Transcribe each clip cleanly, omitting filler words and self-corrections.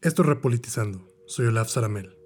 Esto es Repolitizando. Soy Olaf Saramel.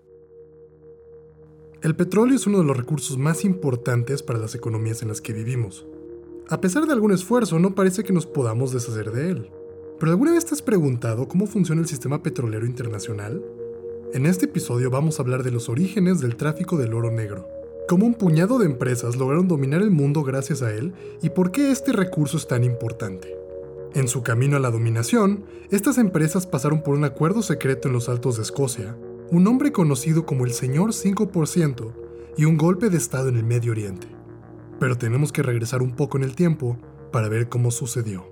El petróleo es uno de los recursos más importantes para las economías en las que vivimos. A pesar de algún esfuerzo, no parece que nos podamos deshacer de él. ¿Pero alguna vez te has preguntado cómo funciona el sistema petrolero internacional? En este episodio vamos a hablar de los orígenes del tráfico del oro negro, cómo un puñado de empresas lograron dominar el mundo gracias a él y por qué este recurso es tan importante. En su camino a la dominación, estas empresas pasaron por un acuerdo secreto en los Altos de Escocia, un hombre conocido como el Señor 5% y un golpe de estado en el Medio Oriente. Pero tenemos que regresar un poco en el tiempo para ver cómo sucedió.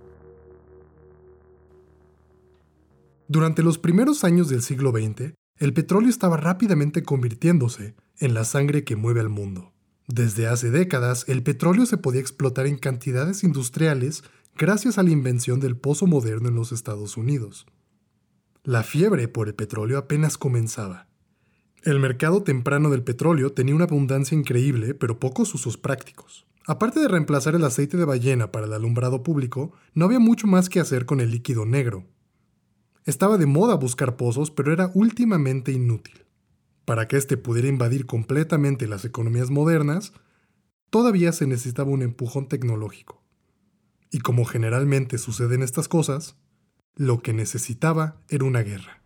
Durante los primeros años del siglo XX, el petróleo estaba rápidamente convirtiéndose en la sangre que mueve al mundo. Desde hace décadas, el petróleo se podía explotar en cantidades industriales gracias a la invención del pozo moderno en los Estados Unidos. La fiebre por el petróleo apenas comenzaba. El mercado temprano del petróleo tenía una abundancia increíble, pero pocos usos prácticos. Aparte de reemplazar el aceite de ballena para el alumbrado público, no había mucho más que hacer con el líquido negro. Estaba de moda buscar pozos, pero era últimamente inútil. Para que éste pudiera invadir completamente las economías modernas, todavía se necesitaba un empujón tecnológico. Y como generalmente suceden estas cosas, lo que necesitaba era una guerra.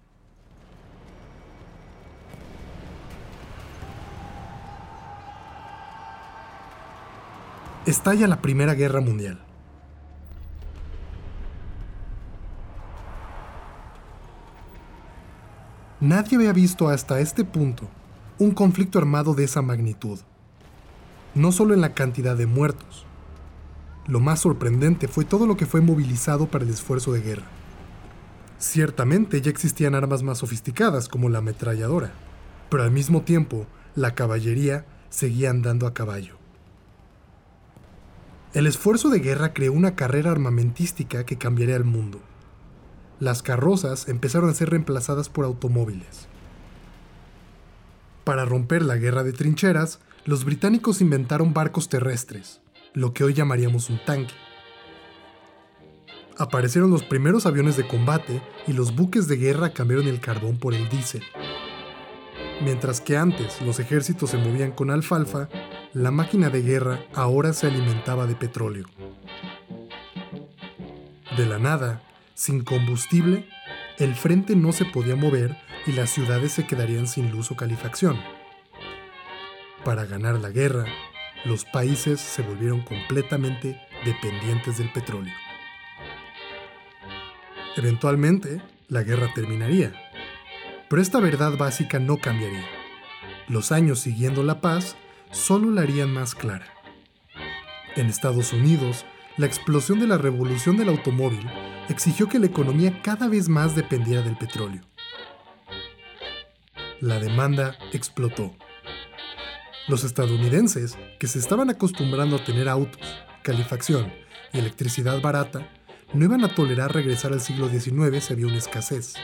Estalla la Primera Guerra Mundial. Nadie había visto hasta este punto un conflicto armado de esa magnitud. No solo en la cantidad de muertos. Lo más sorprendente fue todo lo que fue movilizado para el esfuerzo de guerra. Ciertamente ya existían armas más sofisticadas como la ametralladora, pero al mismo tiempo la caballería seguía andando a caballo. El esfuerzo de guerra creó una carrera armamentística que cambiaría el mundo. Las carrozas empezaron a ser reemplazadas por automóviles. Para romper la guerra de trincheras, los británicos inventaron barcos terrestres, lo que hoy llamaríamos un tanque. Aparecieron los primeros aviones de combate y los buques de guerra cambiaron el carbón por el diésel. Mientras que antes los ejércitos se movían con alfalfa, la máquina de guerra ahora se alimentaba de petróleo. De la nada, sin combustible, el frente no se podía mover y las ciudades se quedarían sin luz o calefacción. Para ganar la guerra, los países se volvieron completamente dependientes del petróleo. Eventualmente, la guerra terminaría, pero esta verdad básica no cambiaría. Los años siguiendo la paz solo la harían más clara. En Estados Unidos, la explosión de la revolución del automóvil exigió que la economía cada vez más dependiera del petróleo. La demanda explotó. Los estadounidenses, que se estaban acostumbrando a tener autos, calefacción y electricidad barata, no iban a tolerar regresar al siglo XIX si había una escasez.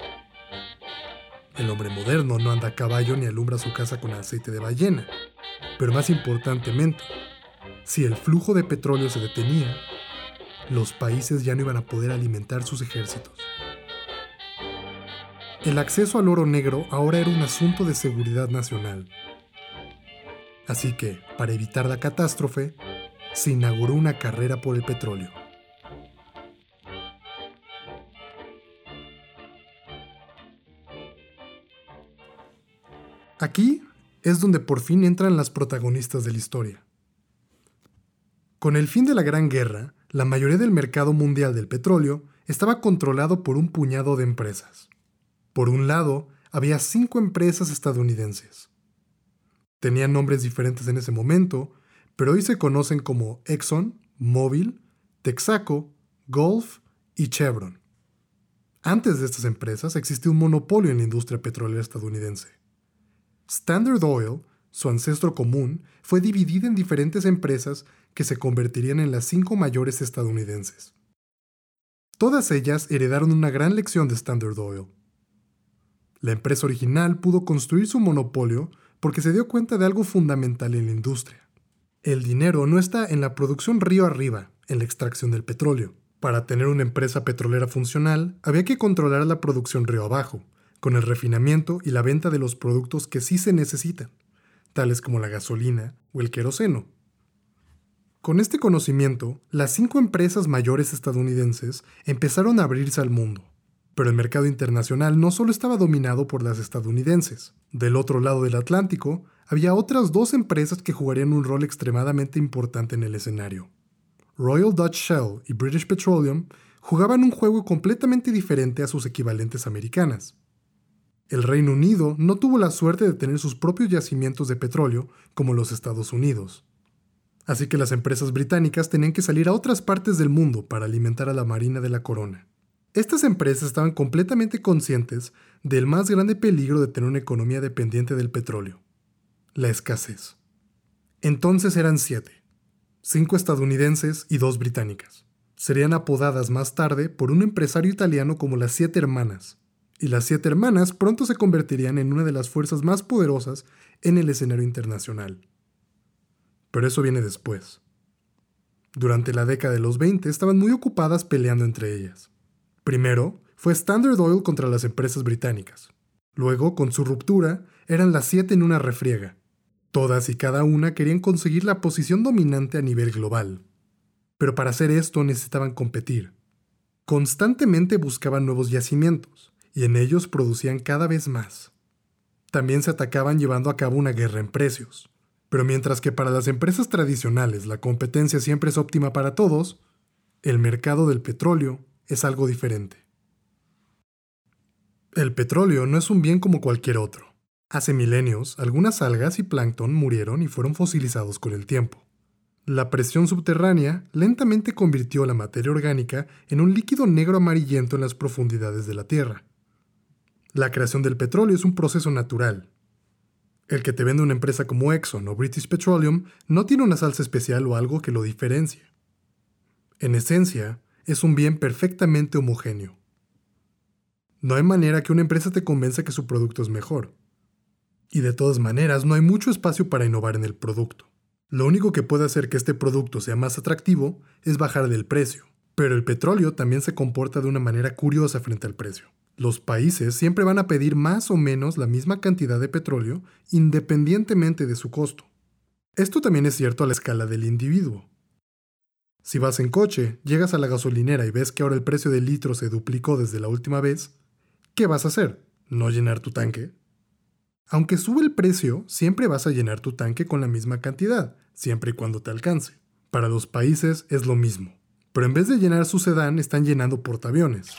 El hombre moderno no anda a caballo ni alumbra su casa con aceite de ballena, pero más importantemente, si el flujo de petróleo se detenía, los países ya no iban a poder alimentar sus ejércitos. El acceso al oro negro ahora era un asunto de seguridad nacional. Así que, para evitar la catástrofe, se inauguró una carrera por el petróleo. Aquí es donde por fin entran las protagonistas de la historia. Con el fin de la Gran Guerra, la mayoría del mercado mundial del petróleo estaba controlado por un puñado de empresas. Por un lado, había 5 empresas estadounidenses. Tenían nombres diferentes en ese momento, pero hoy se conocen como Exxon, Mobil, Texaco, Gulf y Chevron. Antes de estas empresas existía un monopolio en la industria petrolera estadounidense. Standard Oil, su ancestro común, fue dividida en diferentes empresas que se convertirían en las 5 mayores estadounidenses. Todas ellas heredaron una gran lección de Standard Oil. La empresa original pudo construir su monopolio porque se dio cuenta de algo fundamental en la industria. El dinero no está en la producción río arriba, en la extracción del petróleo, Para tener una empresa petrolera funcional, había que controlar la producción río abajo, con el refinamiento y la venta de los productos que sí se necesitan, tales como la gasolina o el queroseno. Con este conocimiento, las 5 empresas mayores estadounidenses empezaron a abrirse al mundo. Pero el mercado internacional no solo estaba dominado por las estadounidenses. Del otro lado del Atlántico, había otras 2 empresas que jugarían un rol extremadamente importante en el escenario. Royal Dutch Shell y British Petroleum jugaban un juego completamente diferente a sus equivalentes americanas. El Reino Unido no tuvo la suerte de tener sus propios yacimientos de petróleo como los Estados Unidos. Así que las empresas británicas tenían que salir a otras partes del mundo para alimentar a la Marina de la Corona. Estas empresas estaban completamente conscientes del más grande peligro de tener una economía dependiente del petróleo: la escasez. Entonces eran 7, 5 estadounidenses y 2 británicas. Serían apodadas más tarde por un empresario italiano como las 7 hermanas, y las 7 hermanas pronto se convertirían en una de las fuerzas más poderosas en el escenario internacional. Pero eso viene después. Durante la década de los 20 estaban muy ocupadas peleando entre ellas. Primero, fue Standard Oil contra las empresas británicas. Luego, con su ruptura, eran las 7 en una refriega. Todas y cada una querían conseguir la posición dominante a nivel global. Pero para hacer esto necesitaban competir. Constantemente buscaban nuevos yacimientos, y en ellos producían cada vez más. También se atacaban llevando a cabo una guerra en precios. Pero mientras que para las empresas tradicionales la competencia siempre es óptima para todos, el mercado del petróleo es algo diferente. El petróleo no es un bien como cualquier otro. Hace milenios, algunas algas y plancton murieron y fueron fosilizados con el tiempo. La presión subterránea lentamente convirtió la materia orgánica en un líquido negro amarillento en las profundidades de la Tierra. La creación del petróleo es un proceso natural. El que te vende una empresa como Exxon o British Petroleum no tiene una salsa especial o algo que lo diferencie. En esencia, es un bien perfectamente homogéneo. No hay manera que una empresa te convenza que su producto es mejor. Y de todas maneras, no hay mucho espacio para innovar en el producto. Lo único que puede hacer que este producto sea más atractivo es bajar el precio. Pero el petróleo también se comporta de una manera curiosa frente al precio. Los países siempre van a pedir más o menos la misma cantidad de petróleo independientemente de su costo. Esto también es cierto a la escala del individuo. Si vas en coche, llegas a la gasolinera y ves que ahora el precio del litro se duplicó desde la última vez, ¿qué vas a hacer? ¿No llenar tu tanque? Aunque sube el precio, siempre vas a llenar tu tanque con la misma cantidad, siempre y cuando te alcance. Para los países es lo mismo, pero en vez de llenar su sedán, están llenando portaaviones.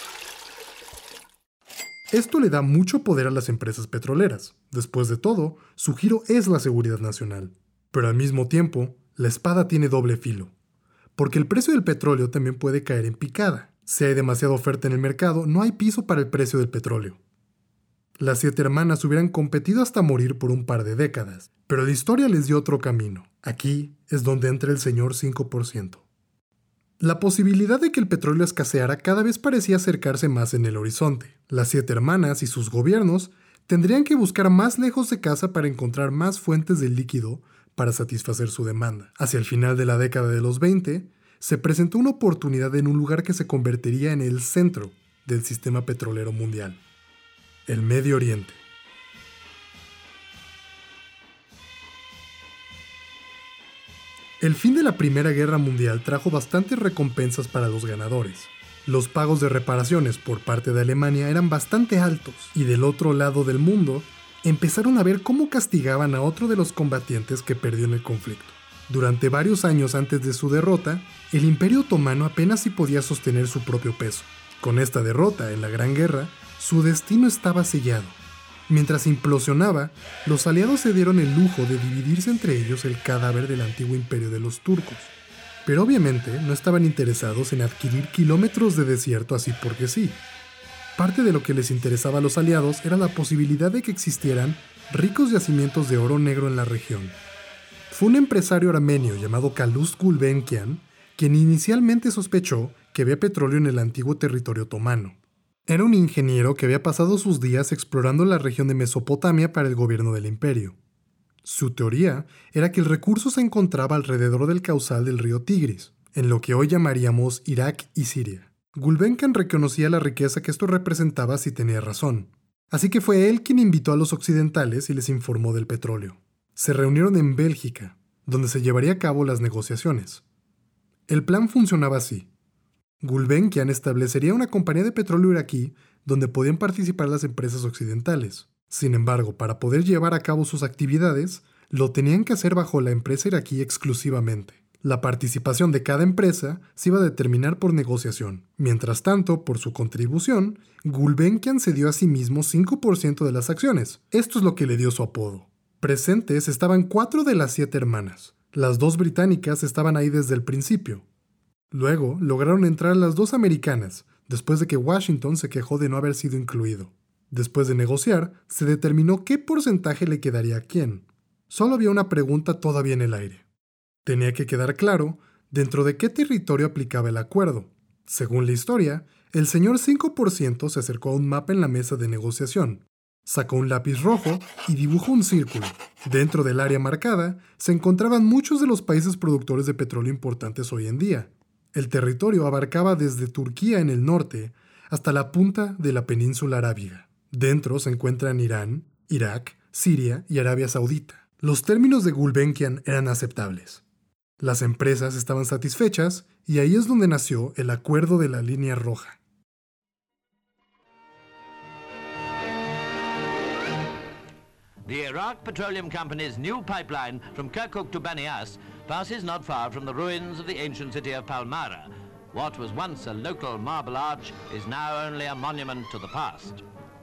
Esto le da mucho poder a las empresas petroleras. Después de todo, su giro es la seguridad nacional. Pero al mismo tiempo, la espada tiene doble filo. Porque el precio del petróleo también puede caer en picada. Si hay demasiada oferta en el mercado, no hay piso para el precio del petróleo. Las 7 hermanas hubieran competido hasta morir por un par de décadas, pero la historia les dio otro camino. Aquí es donde entra el señor 5%. La posibilidad de que el petróleo escaseara cada vez parecía acercarse más en el horizonte. Las 7 hermanas y sus gobiernos tendrían que buscar más lejos de casa para encontrar más fuentes de líquido para satisfacer su demanda. Hacia el final de la década de los 20, se presentó una oportunidad en un lugar que se convertiría en el centro del sistema petrolero mundial: el Medio Oriente. El fin de la Primera Guerra Mundial trajo bastantes recompensas para los ganadores. Los pagos de reparaciones por parte de Alemania eran bastante altos, y del otro lado del mundo empezaron a ver cómo castigaban a otro de los combatientes que perdió en el conflicto. Durante varios años antes de su derrota, el Imperio Otomano apenas si podía sostener su propio peso. Con esta derrota en la Gran Guerra, su destino estaba sellado. Mientras implosionaba, los aliados se dieron el lujo de dividirse entre ellos el cadáver del antiguo imperio de los turcos. Pero obviamente no estaban interesados en adquirir kilómetros de desierto así porque sí. Parte de lo que les interesaba a los aliados era la posibilidad de que existieran ricos yacimientos de oro negro en la región. Fue un empresario armenio llamado Calouste Gulbenkian quien inicialmente sospechó que había petróleo en el antiguo territorio otomano. Era un ingeniero que había pasado sus días explorando la región de Mesopotamia para el gobierno del imperio. Su teoría era que el recurso se encontraba alrededor del caudal del río Tigris, en lo que hoy llamaríamos Irak y Siria. Gulbenkian reconocía la riqueza que esto representaba si tenía razón. Así que fue él quien invitó a los occidentales y les informó del petróleo. Se reunieron en Bélgica, donde se llevaría a cabo las negociaciones. El plan funcionaba así. Gulbenkian establecería una compañía de petróleo iraquí donde podían participar las empresas occidentales. Sin embargo, para poder llevar a cabo sus actividades, lo tenían que hacer bajo la empresa iraquí exclusivamente. La participación de cada empresa se iba a determinar por negociación. Mientras tanto, por su contribución, Gulbenkian cedió a sí mismo 5% de las acciones. Esto es lo que le dio su apodo. Presentes estaban 4 de las 7 hermanas. Las 2 británicas estaban ahí desde el principio. Luego, lograron entrar las 2 americanas, después de que Washington se quejó de no haber sido incluido. Después de negociar, se determinó qué porcentaje le quedaría a quién. Solo había una pregunta todavía en el aire. Tenía que quedar claro dentro de qué territorio aplicaba el acuerdo. Según la historia, el señor 5% se acercó a un mapa en la mesa de negociación, sacó un lápiz rojo y dibujó un círculo. Dentro del área marcada se encontraban muchos de los países productores de petróleo importantes hoy en día. El territorio abarcaba desde Turquía en el norte hasta la punta de la península arábiga. Dentro se encuentran Irán, Irak, Siria y Arabia Saudita. Los términos de Gulbenkian eran aceptables. Las empresas estaban satisfechas y ahí es donde nació el Acuerdo de la Línea Roja. The Iraq Petroleum Company's new pipeline from Kirkuk to Banias passes not far from the ruins of the ancient city of Palmyra. What was once a local marble arch is now only a monument to the past.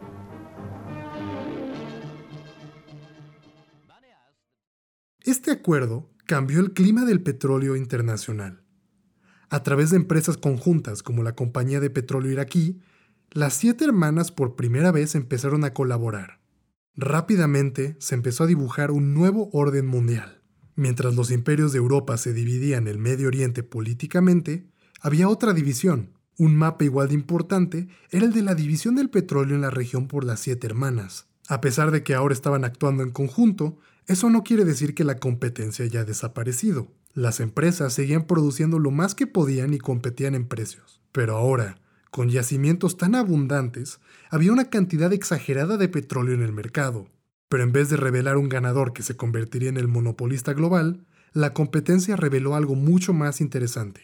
Este acuerdo cambió el clima del petróleo internacional. A través de empresas conjuntas como la Compañía de Petróleo Iraquí, las 7 hermanas por primera vez empezaron a colaborar. Rápidamente se empezó a dibujar un nuevo orden mundial. Mientras los imperios de Europa se dividían en el Medio Oriente políticamente, había otra división. Un mapa igual de importante era el de la división del petróleo en la región por las 7 hermanas. A pesar de que ahora estaban actuando en conjunto, eso no quiere decir que la competencia haya desaparecido. Las empresas seguían produciendo lo más que podían y competían en precios. Pero ahora, con yacimientos tan abundantes, había una cantidad exagerada de petróleo en el mercado. Pero en vez de revelar un ganador que se convertiría en el monopolista global, la competencia reveló algo mucho más interesante.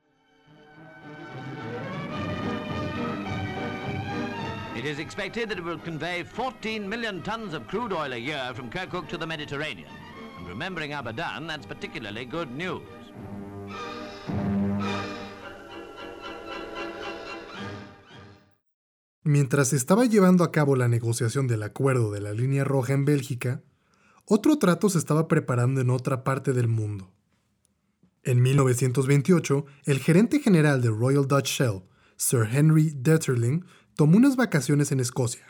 It is expected that it will convey 14 million tons of crude oil a year from Kirkuk to the Mediterranean. And remembering Abadan, that's particularly good news. Mientras se estaba llevando a cabo la negociación del Acuerdo de la Línea Roja en Bélgica, otro trato se estaba preparando en otra parte del mundo. En 1928, el gerente general de Royal Dutch Shell, Sir Henry Detterling, tomó unas vacaciones en Escocia.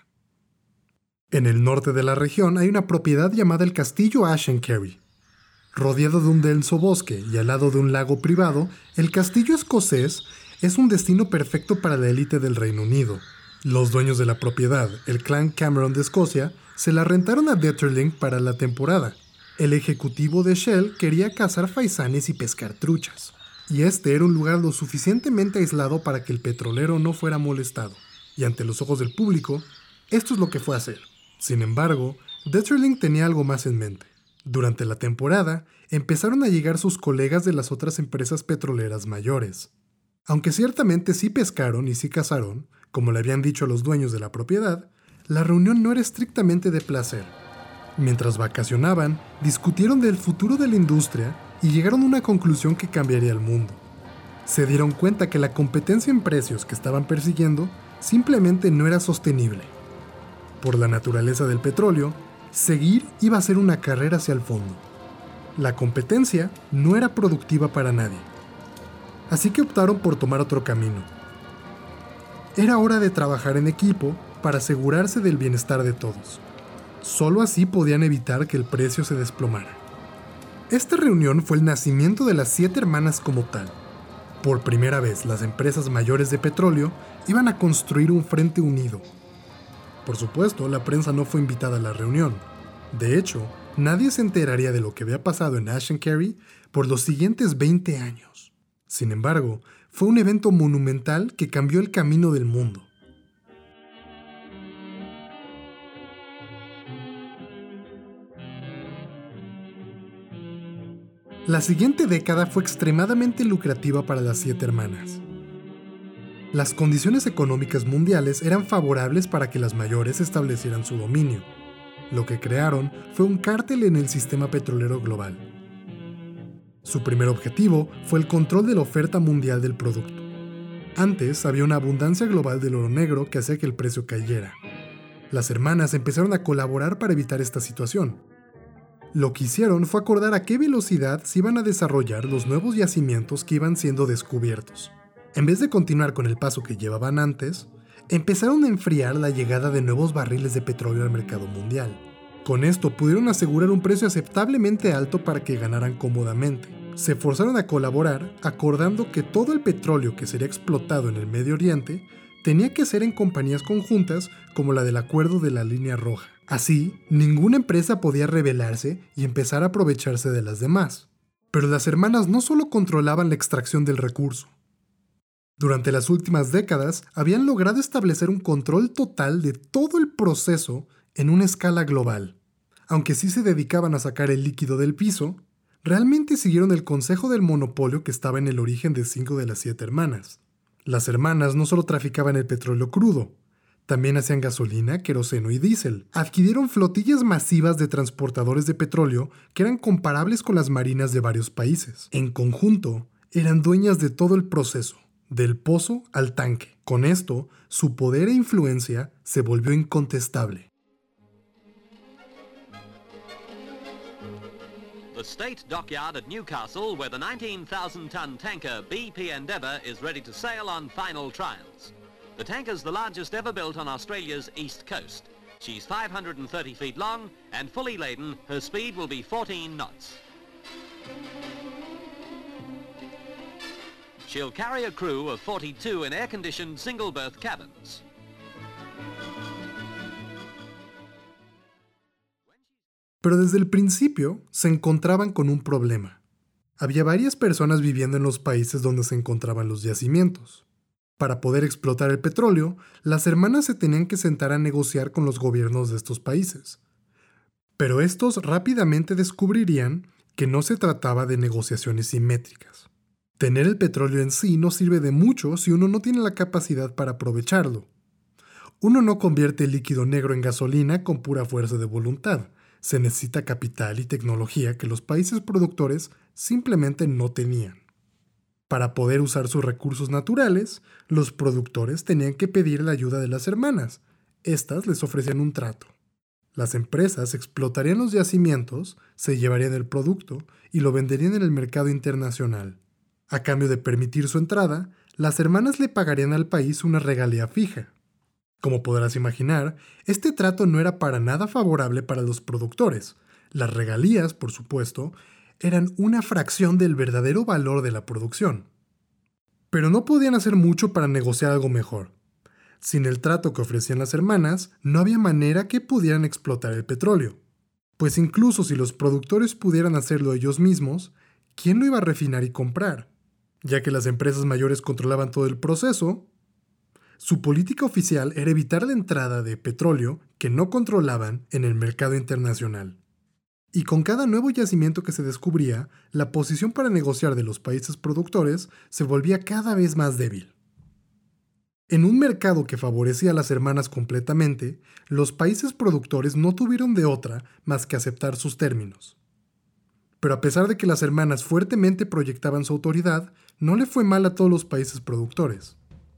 En el norte de la región hay una propiedad llamada el Castillo Ashencarry. Rodeado de un denso bosque y al lado de un lago privado, el castillo escocés es un destino perfecto para la élite del Reino Unido. Los dueños de la propiedad, el clan Cameron de Escocia, se la rentaron a Detterling para la temporada. El ejecutivo de Shell quería cazar faisanes y pescar truchas, y este era un lugar lo suficientemente aislado para que el petrolero no fuera molestado. Y ante los ojos del público, esto es lo que fue a hacer. Sin embargo, Detterling tenía algo más en mente. Durante la temporada, empezaron a llegar sus colegas de las otras empresas petroleras mayores. Aunque ciertamente sí pescaron y sí cazaron, como le habían dicho a los dueños de la propiedad, la reunión no era estrictamente de placer. Mientras vacacionaban, discutieron del futuro de la industria y llegaron a una conclusión que cambiaría el mundo. Se dieron cuenta que la competencia en precios que estaban persiguiendo simplemente no era sostenible. Por la naturaleza del petróleo, seguir iba a ser una carrera hacia el fondo. La competencia no era productiva para nadie. Así que optaron por tomar otro camino. Era hora de trabajar en equipo para asegurarse del bienestar de todos. Solo así podían evitar que el precio se desplomara. Esta reunión fue el nacimiento de las 7 hermanas como tal. Por primera vez, las empresas mayores de petróleo iban a construir un frente unido. Por supuesto, la prensa no fue invitada a la reunión. De hecho, nadie se enteraría de lo que había pasado en Ashencarry por los siguientes 20 años. Sin embargo, fue un evento monumental que cambió el camino del mundo. La siguiente década fue extremadamente lucrativa para las 7 hermanas. Las condiciones económicas mundiales eran favorables para que las mayores establecieran su dominio. Lo que crearon fue un cártel en el sistema petrolero global. Su primer objetivo fue el control de la oferta mundial del producto. Antes había una abundancia global del oro negro que hacía que el precio cayera. Las hermanas empezaron a colaborar para evitar esta situación. Lo que hicieron fue acordar a qué velocidad se iban a desarrollar los nuevos yacimientos que iban siendo descubiertos. En vez de continuar con el paso que llevaban antes, empezaron a enfriar la llegada de nuevos barriles de petróleo al mercado mundial. Con esto pudieron asegurar un precio aceptablemente alto para que ganaran cómodamente. Se forzaron a colaborar acordando que todo el petróleo que sería explotado en el Medio Oriente tenía que ser en compañías conjuntas como la del Acuerdo de la Línea Roja. Así, ninguna empresa podía rebelarse y empezar a aprovecharse de las demás. Pero las hermanas no solo controlaban la extracción del recurso. Durante las últimas décadas, habían logrado establecer un control total de todo el proceso en una escala global. Aunque sí se dedicaban a sacar el líquido del piso, realmente siguieron el consejo del monopolio que estaba en el origen de 5 de las 7 hermanas. Las hermanas no solo traficaban el petróleo crudo, también hacían gasolina, queroseno y diésel. Adquirieron flotillas masivas de transportadores de petróleo que eran comparables con las marinas de varios países. En conjunto, eran dueñas de todo el proceso, del pozo al tanque. Con esto, su poder e influencia se volvió incontestable. The State Dockyard at Newcastle, where the 19,000-ton tanker BP Endeavour is ready to sail on final trials. The tanker's the largest ever built on Australia's east coast. She's 530 feet long, and fully laden, her speed will be 14 knots. She'll carry a crew of 42 in air-conditioned single-berth cabins. Pero desde el principio se encontraban con un problema. Había varias personas viviendo en los países donde se encontraban los yacimientos. Para poder explotar el petróleo, las hermanas se tenían que sentar a negociar con los gobiernos de estos países. Pero estos rápidamente descubrirían que no se trataba de negociaciones simétricas. Tener el petróleo en sí no sirve de mucho si uno no tiene la capacidad para aprovecharlo. Uno no convierte el líquido negro en gasolina con pura fuerza de voluntad. Se necesita capital y tecnología que los países productores simplemente no tenían. Para poder usar sus recursos naturales, los productores tenían que pedir la ayuda de las hermanas. Estas les ofrecían un trato. Las empresas explotarían los yacimientos, se llevarían el producto y lo venderían en el mercado internacional. A cambio de permitir su entrada, las hermanas le pagarían al país una regalía fija. Como podrás imaginar, este trato no era para nada favorable para los productores. Las regalías, por supuesto, eran una fracción del verdadero valor de la producción. Pero no podían hacer mucho para negociar algo mejor. Sin el trato que ofrecían las hermanas, no había manera que pudieran explotar el petróleo. Pues incluso si los productores pudieran hacerlo ellos mismos, ¿quién lo iba a refinar y comprar? Ya que las empresas mayores controlaban todo el proceso, su política oficial era evitar la entrada de petróleo que no controlaban en el mercado internacional. Y con cada nuevo yacimiento que se descubría, la posición para negociar de los países productores se volvía cada vez más débil. En un mercado que favorecía a las hermanas completamente, los países productores no tuvieron de otra más que aceptar sus términos. Pero a pesar de que las hermanas fuertemente proyectaban su autoridad, no le fue mal a todos los países productores.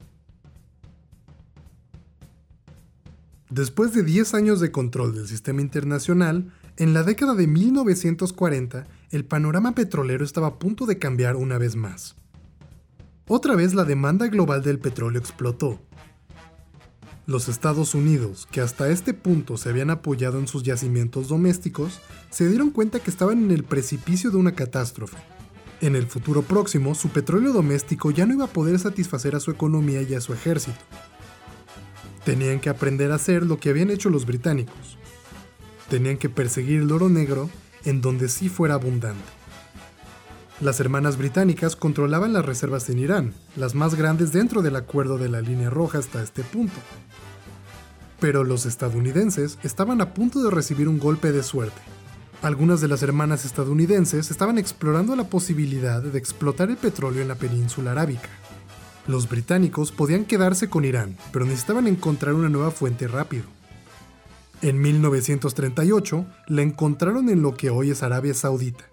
Después de 10 años de control del sistema internacional, en la década de 1940, el panorama petrolero estaba a punto de cambiar una vez más. Otra vez la demanda global del petróleo explotó. Los Estados Unidos, que hasta este punto se habían apoyado en sus yacimientos domésticos, se dieron cuenta que estaban en el precipicio de una catástrofe. En el futuro próximo, su petróleo doméstico ya no iba a poder satisfacer a su economía y a su ejército. Tenían que aprender a hacer lo que habían hecho los británicos. Tenían que perseguir el oro negro en donde sí fuera abundante. Las hermanas británicas controlaban las reservas en Irán, las más grandes dentro del acuerdo de la Línea Roja hasta este punto. Pero los estadounidenses estaban a punto de recibir un golpe de suerte. Algunas de las hermanas estadounidenses estaban explorando la posibilidad de explotar el petróleo en la península arábica. Los británicos podían quedarse con Irán, pero necesitaban encontrar una nueva fuente rápido. En 1938, la encontraron en lo que hoy es Arabia Saudita.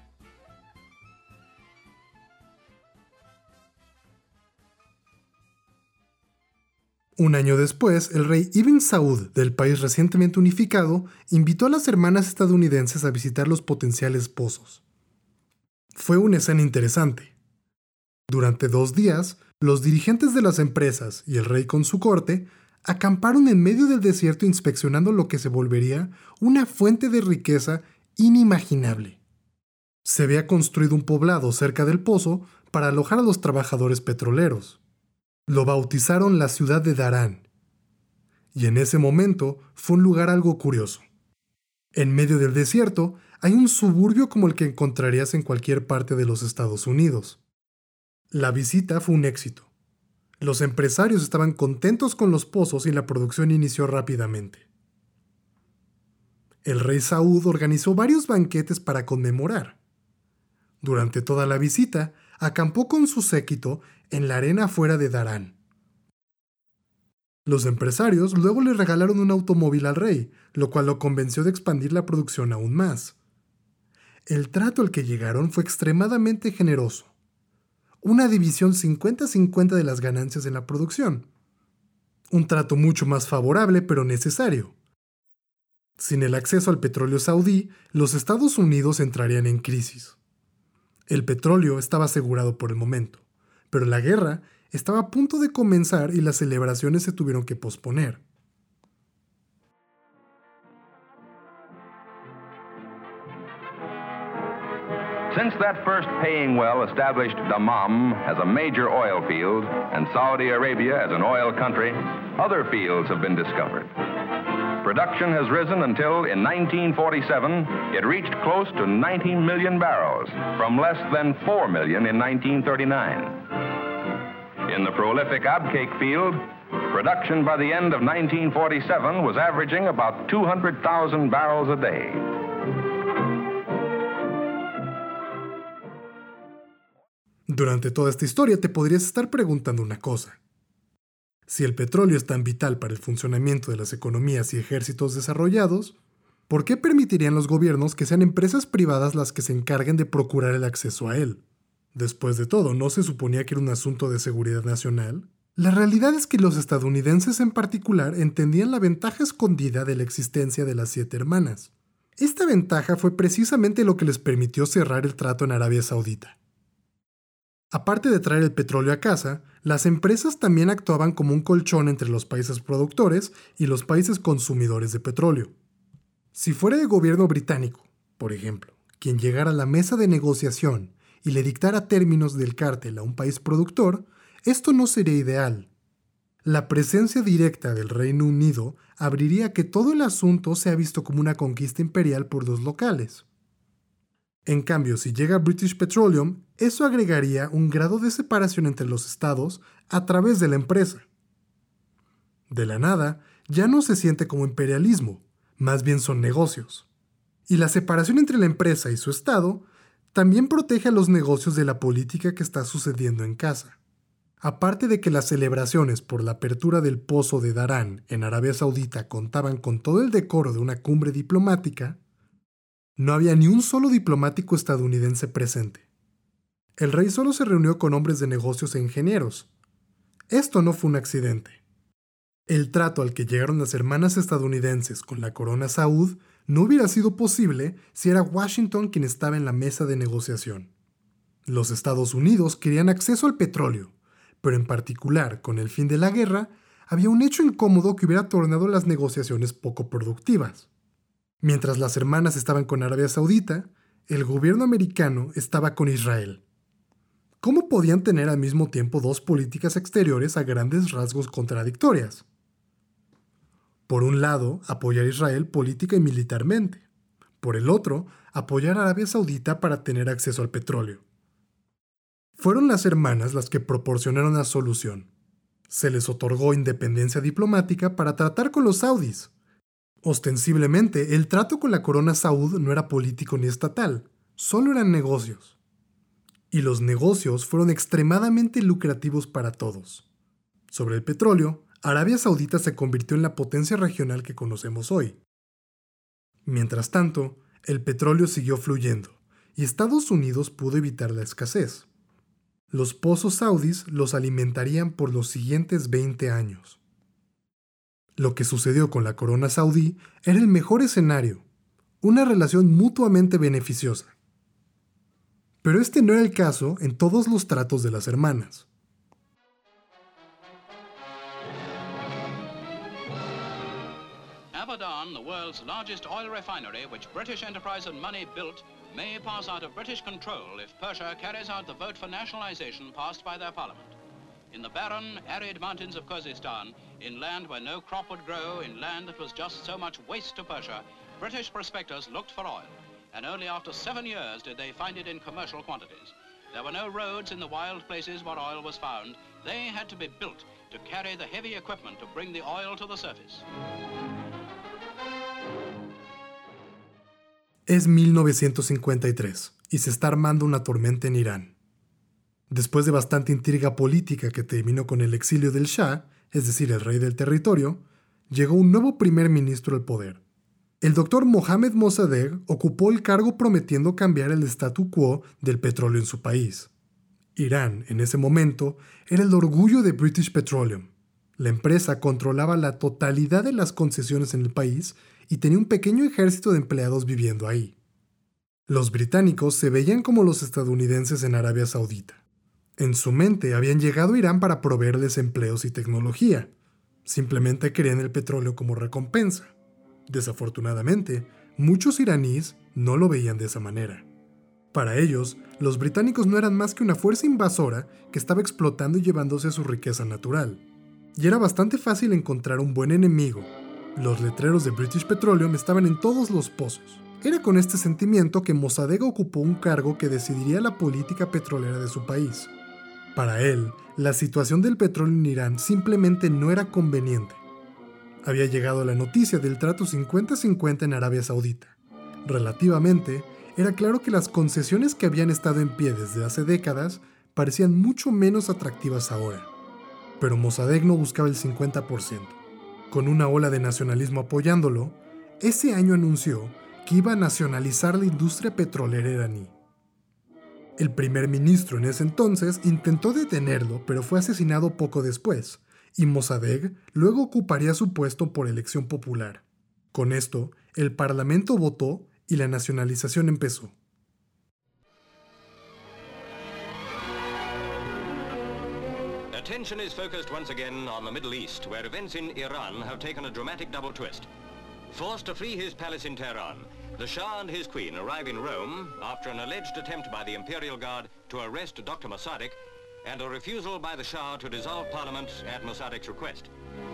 Un año después, el rey Ibn Saud del país recientemente unificado invitó a las hermanas estadounidenses a visitar los potenciales pozos. Fue una escena interesante. Durante 2 días, los dirigentes de las empresas y el rey con su corte acamparon en medio del desierto inspeccionando lo que se volvería una fuente de riqueza inimaginable. Se había construido un poblado cerca del pozo para alojar a los trabajadores petroleros. Lo bautizaron la ciudad de Darán. Y en ese momento fue un lugar algo curioso. En medio del desierto hay un suburbio como el que encontrarías en cualquier parte de los Estados Unidos. La visita fue un éxito. Los empresarios estaban contentos con los pozos y la producción inició rápidamente. El rey Saud organizó varios banquetes para conmemorar. Durante toda la visita, acampó con su séquito en la arena fuera de Darán. Los empresarios luego le regalaron un automóvil al rey, lo cual lo convenció de expandir la producción aún más. El trato al que llegaron fue extremadamente generoso. Una división 50-50 de las ganancias en la producción. Un trato mucho más favorable, pero necesario. Sin el acceso al petróleo saudí, los Estados Unidos entrarían en crisis. El petróleo estaba asegurado por el momento, pero la guerra estaba a punto de comenzar y las celebraciones se tuvieron que posponer. Since that first paying well established Dammam as a major oil field and Saudi Arabia as an oil country, other fields have been discovered. Production has risen until, in 1947, it reached close to 19 million barrels, from less than 4 million in 1939. In the prolific Abqaiq field, production by the end of 1947 was averaging about 200,000 barrels a day. Durante toda esta historia te podrías estar preguntando una cosa. Si el petróleo es tan vital para el funcionamiento de las economías y ejércitos desarrollados, ¿por qué permitirían los gobiernos que sean empresas privadas las que se encarguen de procurar el acceso a él? Después de todo, ¿no se suponía que era un asunto de seguridad nacional? La realidad es que los estadounidenses en particular entendían la ventaja escondida de la existencia de las 7 hermanas. Esta ventaja fue precisamente lo que les permitió cerrar el trato en Arabia Saudita. Aparte de traer el petróleo a casa, las empresas también actuaban como un colchón entre los países productores y los países consumidores de petróleo. Si fuera el gobierno británico, por ejemplo, quien llegara a la mesa de negociación y le dictara términos del cártel a un país productor, esto no sería ideal. La presencia directa del Reino Unido abriría que todo el asunto sea visto como una conquista imperial por los locales. En cambio, si llega British Petroleum, eso agregaría un grado de separación entre los estados a través de la empresa. De la nada, ya no se siente como imperialismo, más bien son negocios. Y la separación entre la empresa y su estado también protege a los negocios de la política que está sucediendo en casa. Aparte de que las celebraciones por la apertura del pozo de Darán en Arabia Saudita contaban con todo el decoro de una cumbre diplomática, no había ni un solo diplomático estadounidense presente. El rey solo se reunió con hombres de negocios e ingenieros. Esto no fue un accidente. El trato al que llegaron las hermanas estadounidenses con la corona Saud no hubiera sido posible si era Washington quien estaba en la mesa de negociación. Los Estados Unidos querían acceso al petróleo, pero en particular, con el fin de la guerra, había un hecho incómodo que hubiera tornado las negociaciones poco productivas. Mientras las hermanas estaban con Arabia Saudita, el gobierno americano estaba con Israel. ¿Cómo podían tener al mismo tiempo 2 políticas exteriores a grandes rasgos contradictorias? Por un lado, apoyar a Israel política y militarmente. Por el otro, apoyar a Arabia Saudita para tener acceso al petróleo. Fueron las hermanas las que proporcionaron la solución. Se les otorgó independencia diplomática para tratar con los saudíes. Ostensiblemente, el trato con la corona saud no era político ni estatal, solo eran negocios. Y los negocios fueron extremadamente lucrativos para todos. Sobre el petróleo, Arabia Saudita se convirtió en la potencia regional que conocemos hoy. Mientras tanto, el petróleo siguió fluyendo, y Estados Unidos pudo evitar la escasez. Los pozos saudíes los alimentarían por los siguientes 20 años. Lo que sucedió con la corona saudí era el mejor escenario, una relación mutuamente beneficiosa. Pero este no era el caso en todos los tratos de las hermanas. Abadan, the world's largest oil refinery, which British enterprise and money built, may pass out of British control if Persia carries out the vote for nationalization passed by their parliament. In the barren, arid mountains of Kyrgyzstan, in land where no crop would grow, in land that was just so much waste to Persia, British prospectors looked for oil, and only after 7 years did they find it in commercial quantities. There were no roads in the wild places where oil was found. They had to be built to carry the heavy equipment to bring the oil to the surface. Es 1953 y se está armando una tormenta en Irán. Después de bastante intriga política que terminó con el exilio del Shah, es decir, el rey del territorio, llegó un nuevo primer ministro al poder. El doctor Mohammad Mossadegh ocupó el cargo prometiendo cambiar el statu quo del petróleo en su país. Irán, en ese momento, era el orgullo de British Petroleum. La empresa controlaba la totalidad de las concesiones en el país y tenía un pequeño ejército de empleados viviendo ahí. Los británicos se veían como los estadounidenses en Arabia Saudita. En su mente habían llegado a Irán para proveerles empleos y tecnología. Simplemente querían el petróleo como recompensa. Desafortunadamente, muchos iraníes no lo veían de esa manera. Para ellos, los británicos no eran más que una fuerza invasora que estaba explotando y llevándose su riqueza natural. Y era bastante fácil encontrar un buen enemigo. Los letreros de British Petroleum estaban en todos los pozos. Era con este sentimiento que Mossadegh ocupó un cargo que decidiría la política petrolera de su país. Para él, la situación del petróleo en Irán simplemente no era conveniente. Había llegado la noticia del trato 50-50 en Arabia Saudita. Relativamente, era claro que las concesiones que habían estado en pie desde hace décadas parecían mucho menos atractivas ahora. Pero Mossadegh no buscaba el 50%. Con una ola de nacionalismo apoyándolo, ese año anunció que iba a nacionalizar la industria petrolera iraní. El primer ministro en ese entonces intentó detenerlo, pero fue asesinado poco después, y Mossadegh luego ocuparía su puesto por elección popular. Con esto, el parlamento votó y la nacionalización empezó. Attention is focused once again on the Middle East, where events in Iran have taken a dramatic double twist. Forced to flee his palace in Tehran, the Shah and his queen arrive in Rome after an alleged attempt by the Imperial Guard to arrest Dr. Mossadegh and a refusal by the Shah to dissolve Parliament at Mossadegh's request.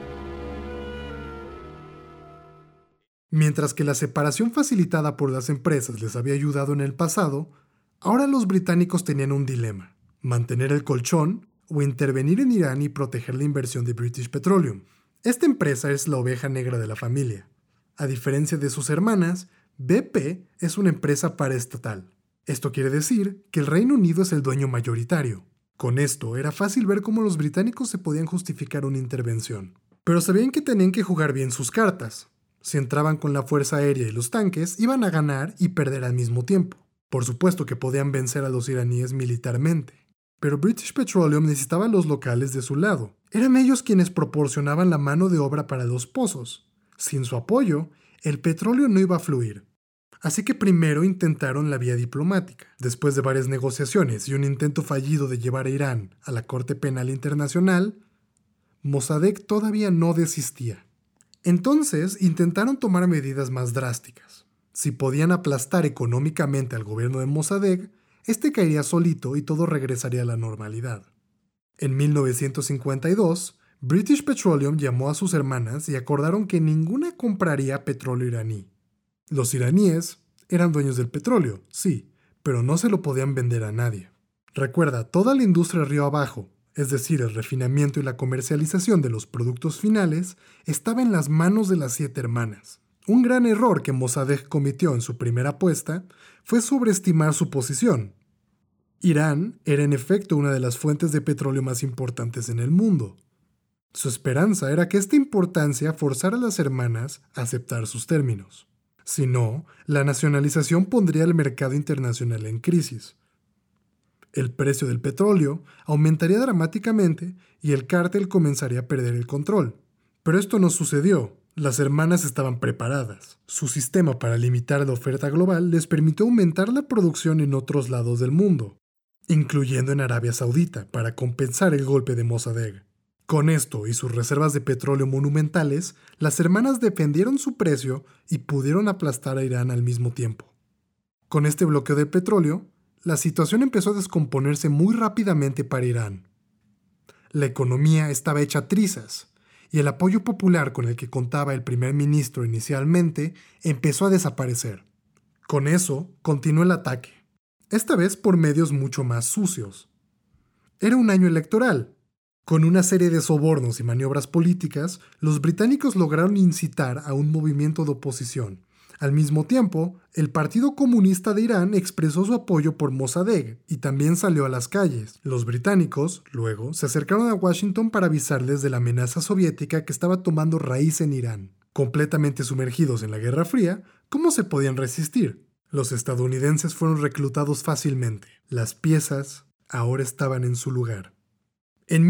Mientras que la separación facilitada por las empresas les había ayudado en el pasado, ahora los británicos tenían un dilema: mantener el colchón o intervenir en Irán y proteger la inversión de British Petroleum. Esta empresa es la oveja negra de la familia. A diferencia de sus hermanas, BP es una empresa paraestatal. Esto quiere decir que el Reino Unido es el dueño mayoritario. Con esto era fácil ver cómo los británicos se podían justificar una intervención. Pero sabían que tenían que jugar bien sus cartas. Si entraban con la fuerza aérea y los tanques, iban a ganar y perder al mismo tiempo. Por supuesto que podían vencer a los iraníes militarmente. Pero British Petroleum necesitaba a los locales de su lado. Eran ellos quienes proporcionaban la mano de obra para los pozos. Sin su apoyo, el petróleo no iba a fluir. Así que primero intentaron la vía diplomática. Después de varias negociaciones y un intento fallido de llevar a Irán a la Corte Penal Internacional, Mossadegh todavía no desistía. Entonces intentaron tomar medidas más drásticas. Si podían aplastar económicamente al gobierno de Mossadegh, este caería solito y todo regresaría a la normalidad. En 1952, British Petroleum llamó a sus hermanas y acordaron que ninguna compraría petróleo iraní. Los iraníes eran dueños del petróleo, sí, pero no se lo podían vender a nadie. Recuerda, toda la industria río abajo, es decir, el refinamiento y la comercialización de los productos finales, estaba en las manos de las 7 hermanas. Un gran error que Mossadegh cometió en su primera apuesta fue sobreestimar su posición. Irán era en efecto una de las fuentes de petróleo más importantes en el mundo. Su esperanza era que esta importancia forzara a las hermanas a aceptar sus términos. Si no, la nacionalización pondría el mercado internacional en crisis. El precio del petróleo aumentaría dramáticamente y el cártel comenzaría a perder el control. Pero esto no sucedió. Las hermanas estaban preparadas. Su sistema para limitar la oferta global les permitió aumentar la producción en otros lados del mundo, incluyendo en Arabia Saudita, para compensar el golpe de Mossadegh. Con esto y sus reservas de petróleo monumentales, las hermanas defendieron su precio y pudieron aplastar a Irán al mismo tiempo. Con este bloqueo de petróleo, la situación empezó a descomponerse muy rápidamente para Irán. La economía estaba hecha trizas, y el apoyo popular con el que contaba el primer ministro inicialmente empezó a desaparecer. Con eso, continuó el ataque, esta vez por medios mucho más sucios. Era un año electoral. Con una serie de sobornos y maniobras políticas, los británicos lograron incitar a un movimiento de oposición. Al mismo tiempo, el Partido Comunista de Irán expresó su apoyo por Mossadegh y también salió a las calles. Los británicos, luego, se acercaron a Washington para avisarles de la amenaza soviética que estaba tomando raíz en Irán. Completamente sumergidos en la Guerra Fría, ¿cómo se podían resistir? Los estadounidenses fueron reclutados fácilmente. Las piezas ahora estaban en su lugar. En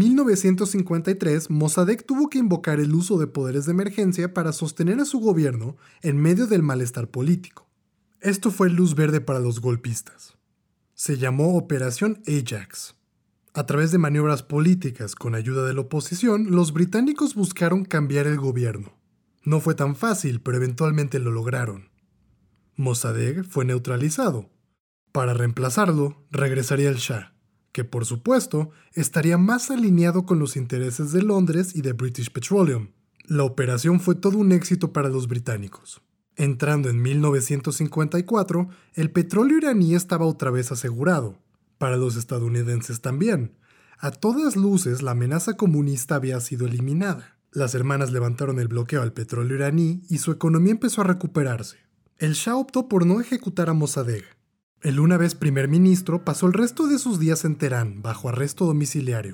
1953, Mossadegh tuvo que invocar el uso de poderes de emergencia para sostener a su gobierno en medio del malestar político. Esto fue luz verde para los golpistas. Se llamó Operación Ajax. A través de maniobras políticas con ayuda de la oposición, los británicos buscaron cambiar el gobierno. No fue tan fácil, pero eventualmente lo lograron. Mossadegh fue neutralizado. Para reemplazarlo, regresaría el Shah, que por supuesto estaría más alineado con los intereses de Londres y de British Petroleum. La operación fue todo un éxito para los británicos. Entrando en 1954, el petróleo iraní estaba otra vez asegurado. Para los estadounidenses también. A todas luces, la amenaza comunista había sido eliminada. Las hermanas levantaron el bloqueo al petróleo iraní y su economía empezó a recuperarse. El Shah optó por no ejecutar a Mossadegh. El una vez primer ministro pasó el resto de sus días en Teherán bajo arresto domiciliario.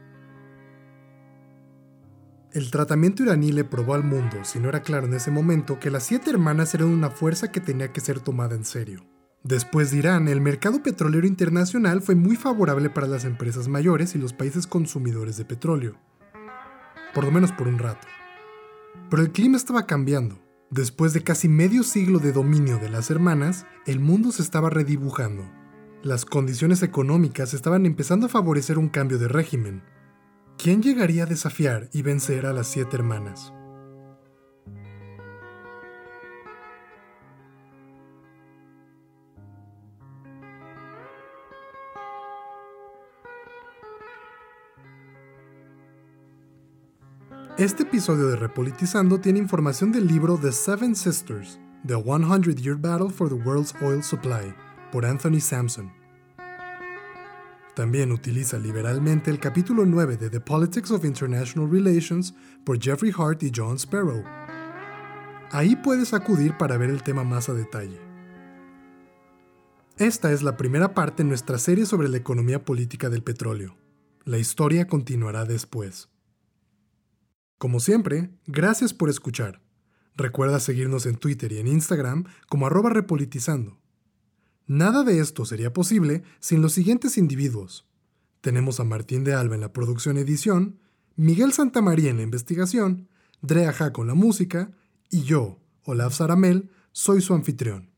El tratamiento iraní le probó al mundo, si no era claro en ese momento, que las 7 hermanas eran una fuerza que tenía que ser tomada en serio. Después de Irán, el mercado petrolero internacional fue muy favorable para las empresas mayores y los países consumidores de petróleo. Por lo menos por un rato. Pero el clima estaba cambiando. Después de casi medio siglo de dominio de las hermanas, el mundo se estaba redibujando. Las condiciones económicas estaban empezando a favorecer un cambio de régimen. ¿Quién llegaría a desafiar y vencer a las 7 hermanas? Este episodio de Repolitizando tiene información del libro The Seven Sisters, The 100-Year Battle for the World's Oil Supply, por Anthony Sampson. También utiliza liberalmente el capítulo 9 de The Politics of International Relations por Jeffrey Hart y John Sparrow. Ahí puedes acudir para ver el tema más a detalle. Esta es la primera parte en nuestra serie sobre la economía política del petróleo. La historia continuará después. Como siempre, gracias por escuchar. Recuerda seguirnos en Twitter y en Instagram como @repolitizando. Nada de esto sería posible sin los siguientes individuos. Tenemos a Martín de Alba en la producción y edición, Miguel Santamaría en la investigación, Drea Jaco en la música, y yo, Olaf Saramel, soy su anfitrión.